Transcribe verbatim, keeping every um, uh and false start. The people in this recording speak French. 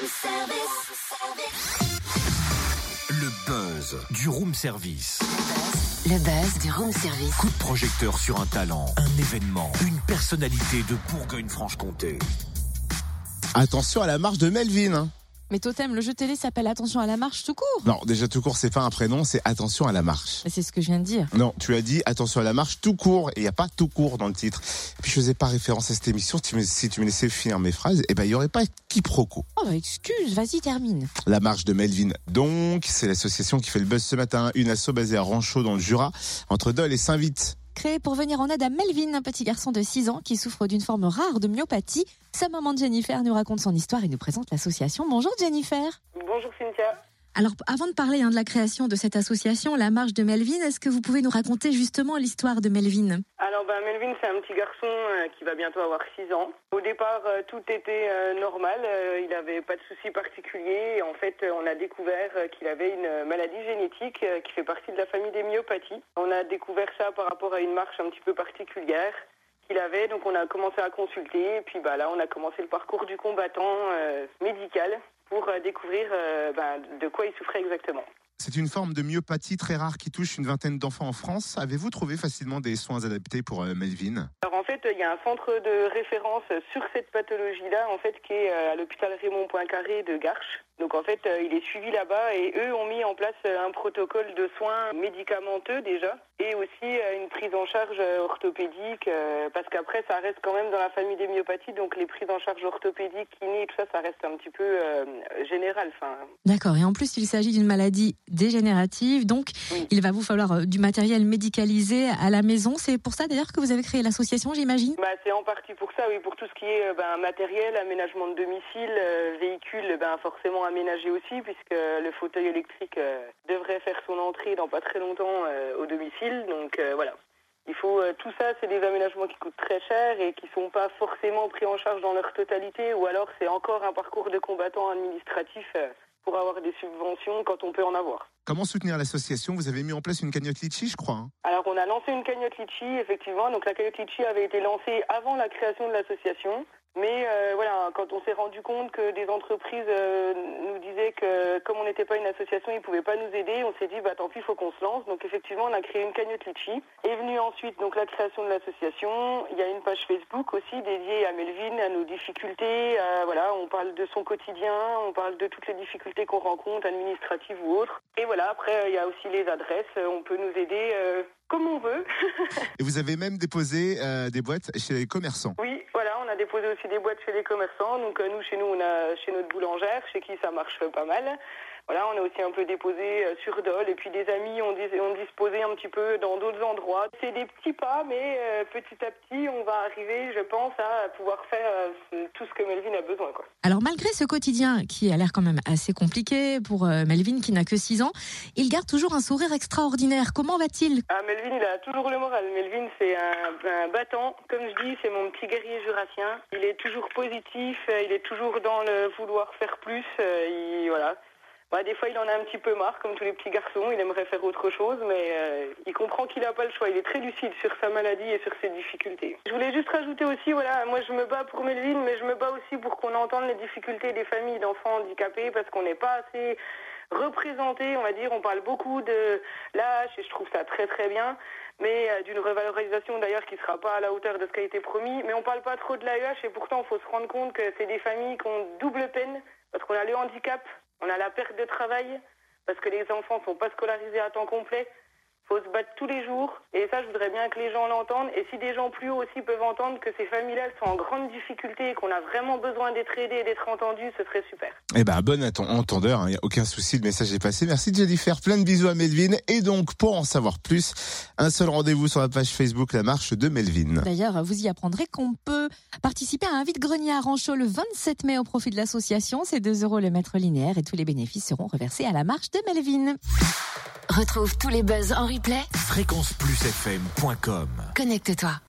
Le buzz du room service. Le buzz du room service. Coup de projecteur sur un talent, un événement, une personnalité de Bourgogne-Franche-Comté. Attention à la marche de Melvin. Hein. Mais Totem, le jeu télé s'appelle Attention à la marche tout court. Non, déjà tout court, c'est pas un prénom, c'est Attention à la marche. Mais c'est ce que je viens de dire. Non, tu as dit Attention à la marche tout court, et il n'y a pas tout court dans le titre. Puis je faisais pas référence à cette émission, si tu me, si tu me laissais finir mes phrases, eh ben il y aurait pas quiproquo. Oh bah excuse, vas-y termine. La marche de Melvin, donc, c'est l'association qui fait le buzz ce matin, une asso basée à Ranchaud dans le Jura, entre Dole et Saint-Vite. Créé pour venir en aide à Melvin, un petit garçon de six ans qui souffre d'une forme rare de myopathie. Sa maman Jennifer nous raconte son histoire et nous présente l'association. Bonjour Jennifer. Bonjour Cynthia. Alors avant de parler hein, de la création de cette association, la marche de Melvin, est-ce que vous pouvez nous raconter justement l'histoire de Melvin ? Alors bah, Melvin, c'est un petit garçon euh, qui va bientôt avoir six ans. Au départ, euh, tout était euh, normal, euh, il n'avait pas de soucis particuliers. Et en fait, euh, on a découvert euh, qu'il avait une maladie génétique euh, qui fait partie de la famille des myopathies. On a découvert ça par rapport à une marche un petit peu particulière qu'il avait, donc on a commencé à consulter. Et puis bah, là, on a commencé le parcours du combattant euh, médical pour euh, découvrir euh, bah, de quoi il souffrait exactement. C'est une forme de myopathie très rare qui touche une vingtaine d'enfants en France. Avez-vous trouvé facilement des soins adaptés pour euh, Melvin ? Alors en fait, il y a un centre de référence sur cette pathologie-là, en fait, qui est à l'hôpital Raymond Poincaré de Garches. Donc en fait, il est suivi là-bas et eux ont mis en place un protocole de soins médicamenteux déjà et aussi une prise en charge orthopédique parce qu'après, ça reste quand même dans la famille des myopathies, donc les prises en charge orthopédiques, kiné et tout ça, ça reste un petit peu euh, général. Enfin. D'accord, et en plus, il s'agit d'une maladie dégénérative, donc oui. Il va vous falloir du matériel médicalisé à la maison. C'est pour ça d'ailleurs que vous avez créé l'association, j'imagine ? Bah, c'est en partie pour ça, oui, pour tout ce qui est ben, matériel, aménagement de domicile, euh, véhicule, ben, forcément aménagé aussi, puisque le fauteuil électrique euh, devrait faire son entrée dans pas très longtemps euh, au domicile. Donc euh, voilà. Il faut euh, tout ça, c'est des aménagements qui coûtent très cher et qui sont pas forcément pris en charge dans leur totalité, ou alors c'est encore un parcours de combattant administratif euh, pour avoir des subventions quand on peut en avoir. Comment soutenir l'association ? Vous avez mis en place une cagnotte Litchi, je crois. Hein. Alors on a lancé une cagnotte Litchi, effectivement. Donc la cagnotte Litchi avait été lancée avant la création de l'association. Mais euh, voilà, quand on s'est rendu compte que des entreprises euh, nous disaient que comme on n'était pas une association, ils ne pouvaient pas nous aider, on s'est dit bah tant pis, il faut qu'on se lance. Donc effectivement, on a créé une cagnotte Litchi. Est venue ensuite donc la création de l'association. Il y a une page Facebook aussi dédiée à Melvin, à nos difficultés. À, voilà, on parle de son quotidien, on parle de toutes les difficultés qu'on rencontre, administratives ou autres. Et voilà, après il y a aussi les adresses. On peut nous aider euh, comme on veut. Et vous avez même déposé euh, des boîtes chez les commerçants. Oui, voilà, on a déposé aussi des boîtes chez les commerçants. Donc euh, nous, chez nous, on a chez notre boulangère, chez qui ça marche pas mal. Voilà, on a aussi un peu déposé euh, sur Dole. Et puis des amis ont, dis- ont disposé un petit peu dans d'autres endroits. C'est des petits pas, mais euh, petit à petit, on va arriver, je pense, à pouvoir faire euh, tout ce que Melvin a besoin, quoi. Alors malgré ce quotidien qui a l'air quand même assez compliqué pour euh, Melvin qui n'a que six ans, il garde toujours un sourire extraordinaire. Comment va-t-il ? Ah, Melvin, il a toujours le moral. Melvin, c'est un, un battant. Comme je dis, c'est mon petit guerrier jurassien. Il est toujours positif, il est toujours dans le vouloir faire plus. Il, voilà. Bah, des fois, il en a un petit peu marre, comme tous les petits garçons. Il aimerait faire autre chose, mais euh, il comprend qu'il n'a pas le choix. Il est très lucide sur sa maladie et sur ses difficultés. Je voulais juste rajouter aussi, voilà, moi je me bats pour Melvin, mais je me bats aussi pour qu'on entende les difficultés des familles d'enfants handicapés, parce qu'on n'est pas assez représentés, on va dire. On parle beaucoup de l'A H et je trouve ça très très bien, mais euh, d'une revalorisation d'ailleurs qui ne sera pas à la hauteur de ce qui a été promis. Mais on parle pas trop de l'A E H et pourtant il faut se rendre compte que c'est des familles qui ont double peine, parce qu'on a le handicap, on a la perte de travail, parce que les enfants ne sont pas scolarisés à temps complet. Il faut se battre tous les jours, et ça je voudrais bien que les gens l'entendent, et si des gens plus hauts aussi peuvent entendre que ces familles-là sont en grande difficulté et qu'on a vraiment besoin d'être aidés et d'être entendus, ce serait super. Eh ben, bon entendeur, il hein, n'y a aucun souci, le message est passé. Merci Jennifer, plein de bisous à Melvin, et donc pour en savoir plus, un seul rendez-vous sur la page Facebook La Marche de Melvin. D'ailleurs, vous y apprendrez qu'on peut participer à un vide-grenier à Ranchaud le vingt-sept mai au profit de l'association. C'est deux euros le mètre linéaire et tous les bénéfices seront reversés à la Marche de Melvin. Retrouve tous les buzz en replay. fréquence plus f m point com. Connecte-toi.